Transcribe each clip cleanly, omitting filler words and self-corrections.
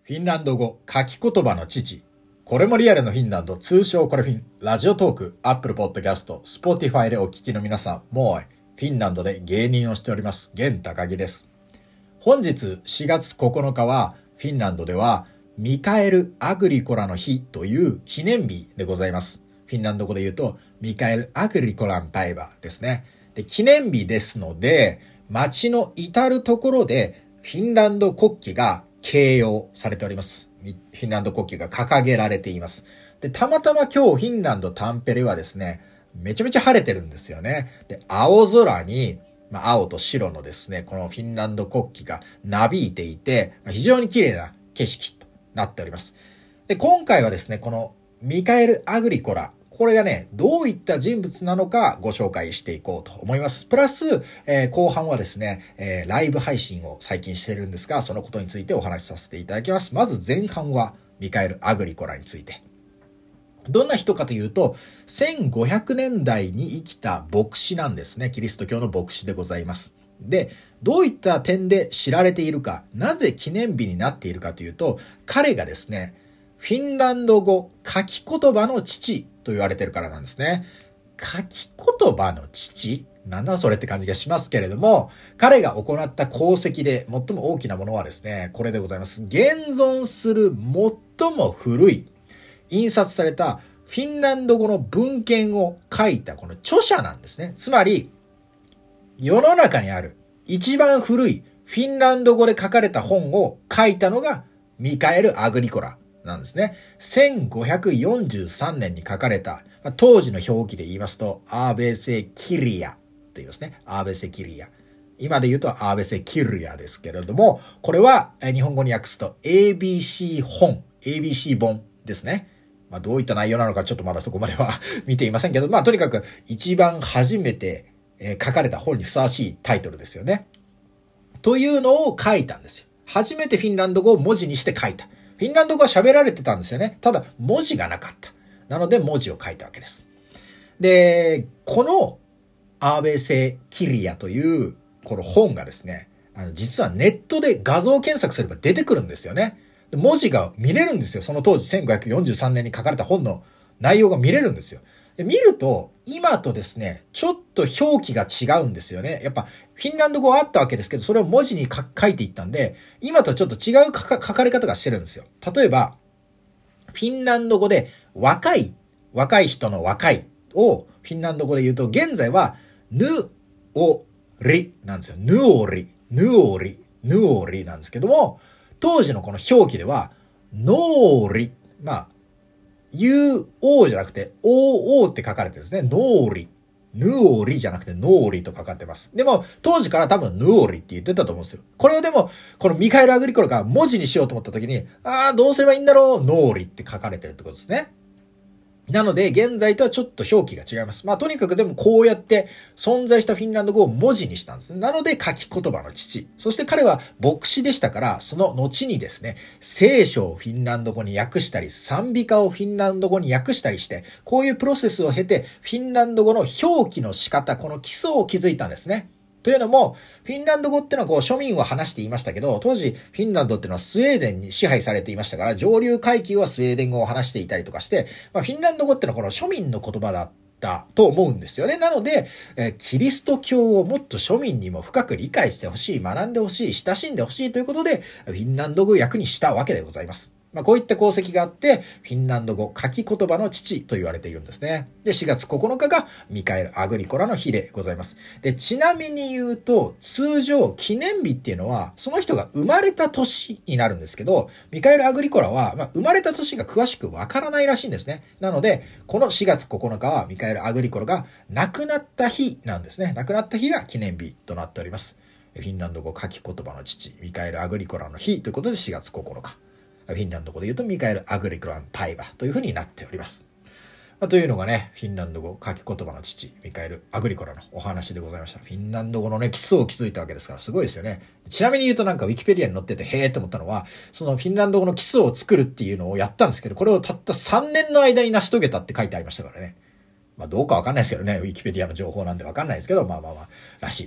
フィンランド語書き言葉の父。これもリアルのフィンランド、通称これフィン、ラジオトーク、アップルポッドキャスト、スポティファイでお聞きの皆さん、もうフィンランドで芸人をしております、玄高木です。本日4月9日は、フィンランドでは、ミカエル・アグリコラの日という記念日でございます。フィンランド語で言うと、ミカエル・アグリコランパイバですね。で、記念日ですので、街の至るところで、フィンランド国旗が掲揚されております。フィンランド国旗が掲げられています。で、たまたま今日フィンランドタンペレはですね、めちゃめちゃ晴れてるんですよね。で、青空に、青と白のですね、このフィンランド国旗がなびいていて、非常に綺麗な景色となっております。で、今回はですね、このミカエル・アグリコラ、これがね、どういった人物なのかご紹介していこうと思います。プラス、後半はですね、ライブ配信を最近しているんですが、そのことについてお話しさせていただきます。まず前半はミカエル・アグリコラについて。どんな人かというと、1500年代に生きた牧師なんですね。キリスト教の牧師でございます。で、どういった点で知られているか、なぜ記念日になっているかというと、彼がですね、フィンランド語書き言葉の父と言われているからなんですね。書き言葉の父？なんだそれって感じがしますけれども、彼が行った功績で最も大きなものはですね、これでございます。現存する最も古い印刷されたフィンランド語の文献を書いたこの著者なんですね。つまり、世の中にある一番古いフィンランド語で書かれた本を書いたのがミカエル・アグリコラなんですね。1543年に書かれた、当時の表記で言いますと、アーベセ・キリアと言いますね。アーベセ・キリア。今で言うとアーベセ・キリアですけれども、これは日本語に訳すと ABC 本、ABC 本ですね。どういった内容なのかちょっとまだそこまでは見ていませんけど、とにかく一番初めて書かれた本にふさわしいタイトルですよね。というのを書いたんですよ。初めてフィンランド語を文字にして書いた。フィンランド語は喋られてたんですよね。ただ文字がなかった。なので文字を書いたわけです。で、このアーベセ・キリアというこの本がですね、実はネットで画像検索すれば出てくるんですよね。文字が見れるんですよ。その当時1543年に書かれた本の内容が見れるんですよ。で見ると、今とですね、ちょっと表記が違うんですよね。やっぱ、フィンランド語はあったわけですけど、それを文字に書いていったんで、今とはちょっと違う書かれ方がしてるんですよ。例えば、フィンランド語で若い人の若いをフィンランド語で言うと、現在は、ヌオリなんですよ。ヌオリなんですけども、当時のこの表記では、ノーリ。UO じゃなくて、OO って書かれてるんですね。ノーリ。ヌオリじゃなくてノーリと書かれてます。でも、当時から多分ヌオリって言ってたと思うんですよ。これをでも、このミカエル・アグリコラが文字にしようと思った時に、どうすればいいんだろう、ノーリって書かれてるってことですね。なので、現在とはちょっと表記が違います。とにかくでもこうやって存在したフィンランド語を文字にしたんです。なので、書き言葉の父。そして彼は牧師でしたから、その後にですね、聖書をフィンランド語に訳したり、賛美歌をフィンランド語に訳したりして、こういうプロセスを経て、フィンランド語の表記の仕方、この基礎を築いたんですね。というのも、フィンランド語ってのは庶民は話していましたけど、当時フィンランドっていうのはスウェーデンに支配されていましたから、上流階級はスウェーデン語を話していたりとかして、フィンランド語ってのはこの庶民の言葉だったと思うんですよね。なので、キリスト教をもっと庶民にも深く理解してほしい、学んでほしい、親しんでほしいということで、フィンランド語を訳にしたわけでございます。こういった功績があって、フィンランド語書き言葉の父と言われているんですね。で、4月9日がミカエル・アグリコラの日でございます。で、ちなみに言うと、通常記念日っていうのは、その人が生まれた年になるんですけど、ミカエル・アグリコラは、生まれた年が詳しくわからないらしいんですね。なので、この4月9日はミカエル・アグリコラが亡くなった日なんですね。亡くなった日が記念日となっております。フィンランド語書き言葉の父、ミカエル・アグリコラの日ということで4月9日。フィンランド語で言うとミカエル・アグリコラン・パイバというふうになっております。というのがね、フィンランド語書き言葉の父、ミカエル・アグリコラのお話でございました。フィンランド語のね、基礎を築いたわけですからすごいですよね。ちなみに言うとウィキペディアに載っててへーって思ったのは、そのフィンランド語の基礎を作るっていうのをやったんですけど、これをたった3年の間に成し遂げたって書いてありましたからね。どうかわかんないですけどね、ウィキペディアの情報なんでわかんないですけど、らしいです。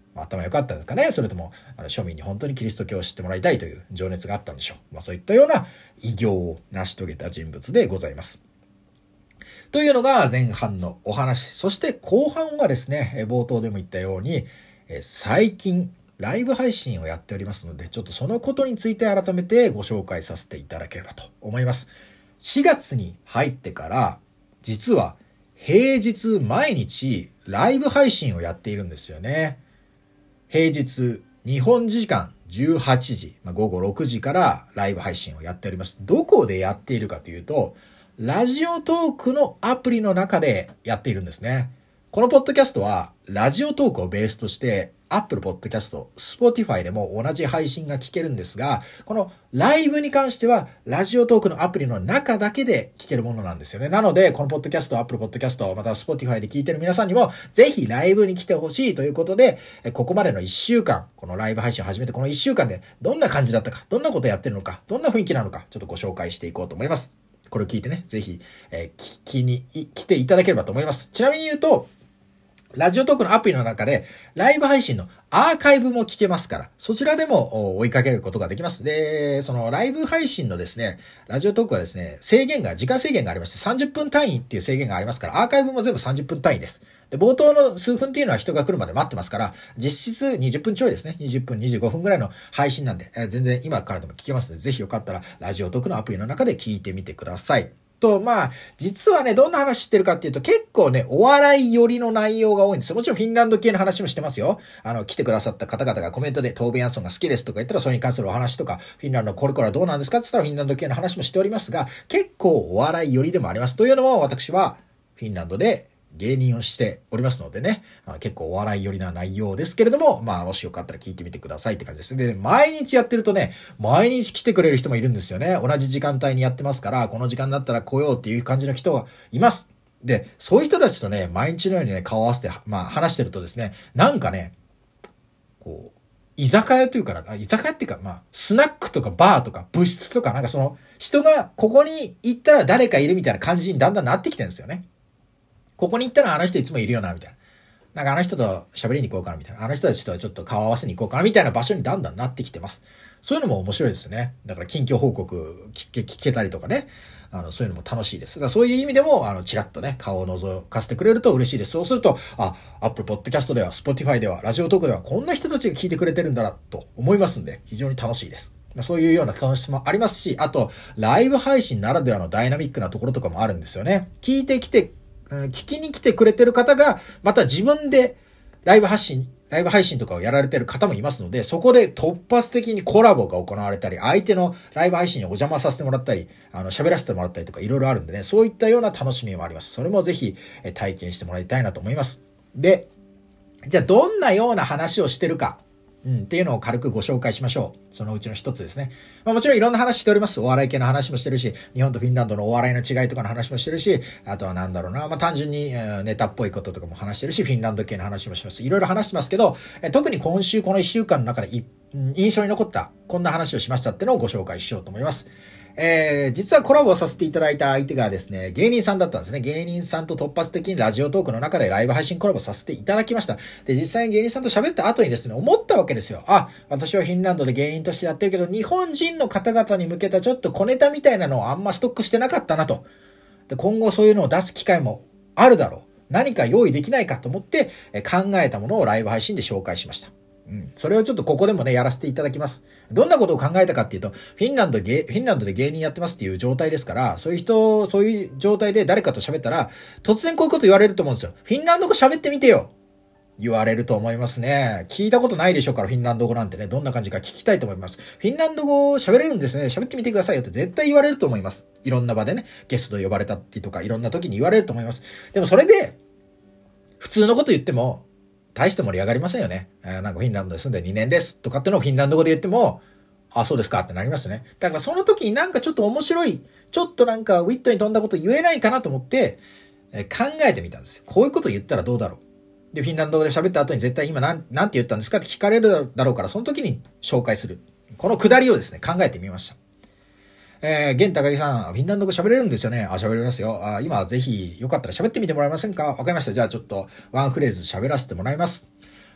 頭良かったんですかね。それとも、庶民に本当にキリスト教を知ってもらいたいという情熱があったんでしょう。そういったような偉業を成し遂げた人物でございます。というのが前半のお話。そして後半はですね、冒頭でも言ったように、最近、ライブ配信をやっておりますので、ちょっとそのことについて改めてご紹介させていただければと思います。4月に入ってから、実は平日毎日ライブ配信をやっているんですよね。平日、日本時間18時、午後6時からライブ配信をやっております。どこでやっているかというと、ラジオトークのアプリの中でやっているんですね。このポッドキャストは、ラジオトークをベースとして、Apple Podcast、Spotify でも同じ配信が聞けるんですが、このライブに関しては、ラジオトークのアプリの中だけで聞けるものなんですよね。なので、このポッドキャスト、Apple Podcast、または Spotify で聞いてる皆さんにも、ぜひライブに来てほしいということで、ここまでの1週間、このライブ配信を始めてこの1週間で、どんな感じだったか、どんなことやってるのか、どんな雰囲気なのか、ちょっとご紹介していこうと思います。これを聞いてね、ぜひ、聞きに来ていただければと思います。ちなみに言うと、ラジオトークのアプリの中で、ライブ配信のアーカイブも聞けますから、そちらでも追いかけることができます。で、そのライブ配信のですね、ラジオトークはですね、時間制限がありまして、30分単位っていう制限がありますから、アーカイブも全部30分単位です。で、冒頭の数分っていうのは人が来るまで待ってますから、実質20分ちょいですね。20分、25分ぐらいの配信なんで、全然今からでも聞けますので、ぜひよかったら、ラジオトークのアプリの中で聞いてみてください。実はね、どんな話してるかっていうと、結構ね、お笑い寄りの内容が多いんですよ。もちろんフィンランド系の話もしてますよ。来てくださった方々がコメントでトーベ・ヤンソンが好きですとか言ったら、それに関するお話とか、フィンランドのこれからどうなんですかって言ったら、フィンランド系の話もしておりますが、結構お笑い寄りでもあります。というのも、私は、フィンランドで芸人をしておりますのでね、結構お笑い寄りな内容ですけれども、もしよかったら聞いてみてくださいって感じです。で、毎日やってるとね、毎日来てくれる人もいるんですよね。同じ時間帯にやってますから、この時間になったら来ようっていう感じの人がいます。で、そういう人たちとね、毎日のようにね、顔を合わせて、話してるとですね、なんかね、居酒屋というか居酒屋っていうか、スナックとかバーとか部室とかなんかその、人がここに行ったら誰かいるみたいな感じにだんだんなってきてるんですよね。ここに行ったらあの人いつもいるよな、みたいな。なんかあの人と喋りに行こうかな、みたいな。あの人たちとちょっと顔合わせに行こうかな、みたいな場所にだんだんなってきてます。そういうのも面白いですね。だから近況報告聞けたりとかね。そういうのも楽しいです。だからそういう意味でも、チラッとね、顔を覗かせてくれると嬉しいです。そうすると、Apple Podcast では、Spotify では、ラジオトークでは、こんな人たちが聞いてくれてるんだな、と思いますんで、非常に楽しいです。そういうような楽しさもありますし、あと、ライブ配信ならではのダイナミックなところとかもあるんですよね。聞きに来てくれてる方が、また自分でライブ配信とかをやられてる方もいますので、そこで突発的にコラボが行われたり、相手のライブ配信にお邪魔させてもらったり、喋らせてもらったりとかいろいろあるんでね、そういったような楽しみもあります。それもぜひ体験してもらいたいなと思います。で、じゃあどんなような話をしてるか。っていうのを軽くご紹介しましょう。そのうちの一つですね。もちろんいろんな話しております。お笑い系の話もしてるし、日本とフィンランドのお笑いの違いとかの話もしてるし、あとは単純にネタっぽいこととかも話してるし、フィンランド系の話もします。いろいろ話してますけど、特に今週この1週間の中で印象に残ったこんな話をしましたっていうのをご紹介しようと思います。実はコラボさせていただいた相手がですね、芸人さんだったんですね。芸人さんと突発的にラジオトークの中でライブ配信コラボさせていただきました。で、実際に芸人さんと喋った後にですね、思ったわけですよ。私はフィンランドで芸人としてやってるけど、日本人の方々に向けたちょっと小ネタみたいなのをあんまストックしてなかったなと。で、今後そういうのを出す機会もあるだろう。何か用意できないかと思って考えたものをライブ配信で紹介しました。それをちょっとここでもね、やらせていただきます。どんなことを考えたかっていうと、フィンランドで芸人やってますっていう状態ですから、そういう状態で誰かと喋ったら、突然こういうこと言われると思うんですよ。フィンランド語喋ってみてよ言われると思いますね。聞いたことないでしょうから、フィンランド語なんてね、どんな感じか聞きたいと思います。フィンランド語喋れるんですね。喋ってみてくださいよって絶対言われると思います。いろんな場でね、ゲストと呼ばれたりとか、いろんな時に言われると思います。でもそれで、普通のこと言っても、大して盛り上がりませんよね。なんかフィンランドで住んで2年ですとかってのをフィンランド語で言っても、そうですかってなりますね。だからその時になんかちょっと面白い、ちょっとなんかウィットに富んだこと言えないかなと思って、考えてみたんですよ。こういうこと言ったらどうだろう。で、フィンランド語で喋った後に絶対今なんて言ったんですかって聞かれるだろうから、その時に紹介する。このくだりをですね、考えてみました。現高木さん、フィンランド語喋れるんですよね。喋れますよ。今ぜひよかったら喋ってみてもらえませんか？わかりました。じゃあちょっとワンフレーズ喋らせてもらいます。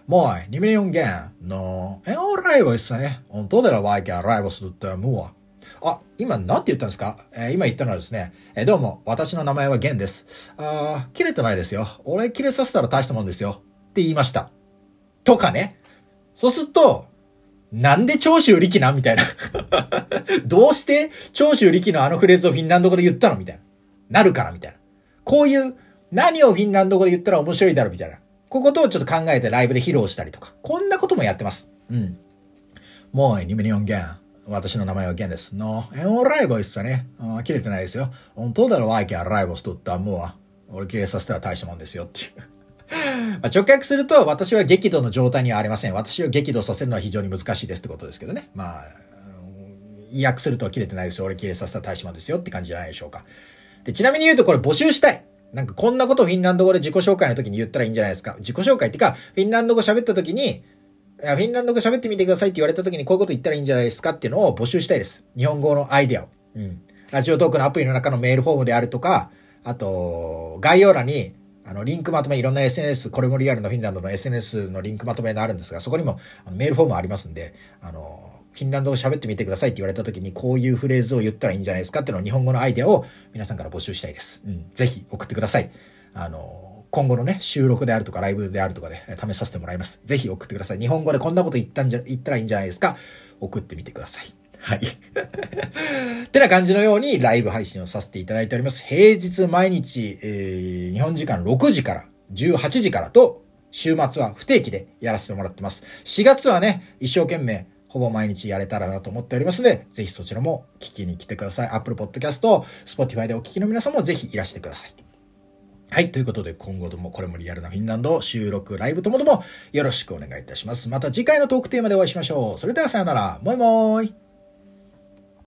Moi, nimeni on Gen. No, en ole raivoissani. On todella vaikea raivostuttaa mua.あ、今なんて言ったんですか？今言ったのはですね、どうも、私の名前はゲンです。切れてないですよ。俺切れさせたら大したもんですよ。って言いました。とかね。そうすると、なんで長州力なみたいな。どうして長州力のあのフレーズをフィンランド語で言ったのみたいな。なるからみたいな。こういう何をフィンランド語で言ったら面白いだろみたいな。こういうことをちょっと考えてライブで披露したりとか。こんなこともやってます。うん。もう、ニミニオンゲン。私の名前はゲンです。No, è un raivo issaね。切れてないですよ。本当だろ、ワイキャライボスとったもう。俺切れさせたら大したもんですよっていう。直訳すると、私は激怒の状態にはありません。私を激怒させるのは非常に難しいですってことですけどね。訳すると切れてないですよ。俺切れさせたら大したもんですよって感じじゃないでしょうか。で、ちなみに言うとこれ募集したい。なんかこんなことをフィンランド語で自己紹介の時に言ったらいいんじゃないですか。自己紹介ってか、フィンランド語喋った時に、フィンランド語喋ってみてくださいって言われた時にこういうこと言ったらいいんじゃないですかっていうのを募集したいです。日本語のアイデアを。うん。ラジオトークのアプリの中のメールフォームであるとか、あと、概要欄に、リンクまとめ、いろんな SNS、これもリアルのフィンランドの SNS のリンクまとめがあるんですが、そこにもメールフォームありますんで、フィンランド語喋ってみてくださいって言われた時にこういうフレーズを言ったらいいんじゃないですかっていうのを日本語のアイデアを皆さんから募集したいです。うん。ぜひ送ってください。今後のね、収録であるとかライブであるとかで試させてもらいます。ぜひ送ってください。日本語でこんなこと言ったらいいんじゃないですか。送ってみてください。はい。ってな感じのようにライブ配信をさせていただいております。平日毎日、日本時間6時から18時からと、週末は不定期でやらせてもらってます。4月はね、一生懸命、ほぼ毎日やれたらなと思っておりますので、ぜひそちらも聞きに来てください。Apple Podcast、Spotify でお聞きの皆さんもぜひいらしてください。はい。ということで、今後ともこれもリアルなフィンランド収録、ライブともどもよろしくお願いいたします。また次回のトークテーマでお会いしましょう。それではさよなら。もいもーい。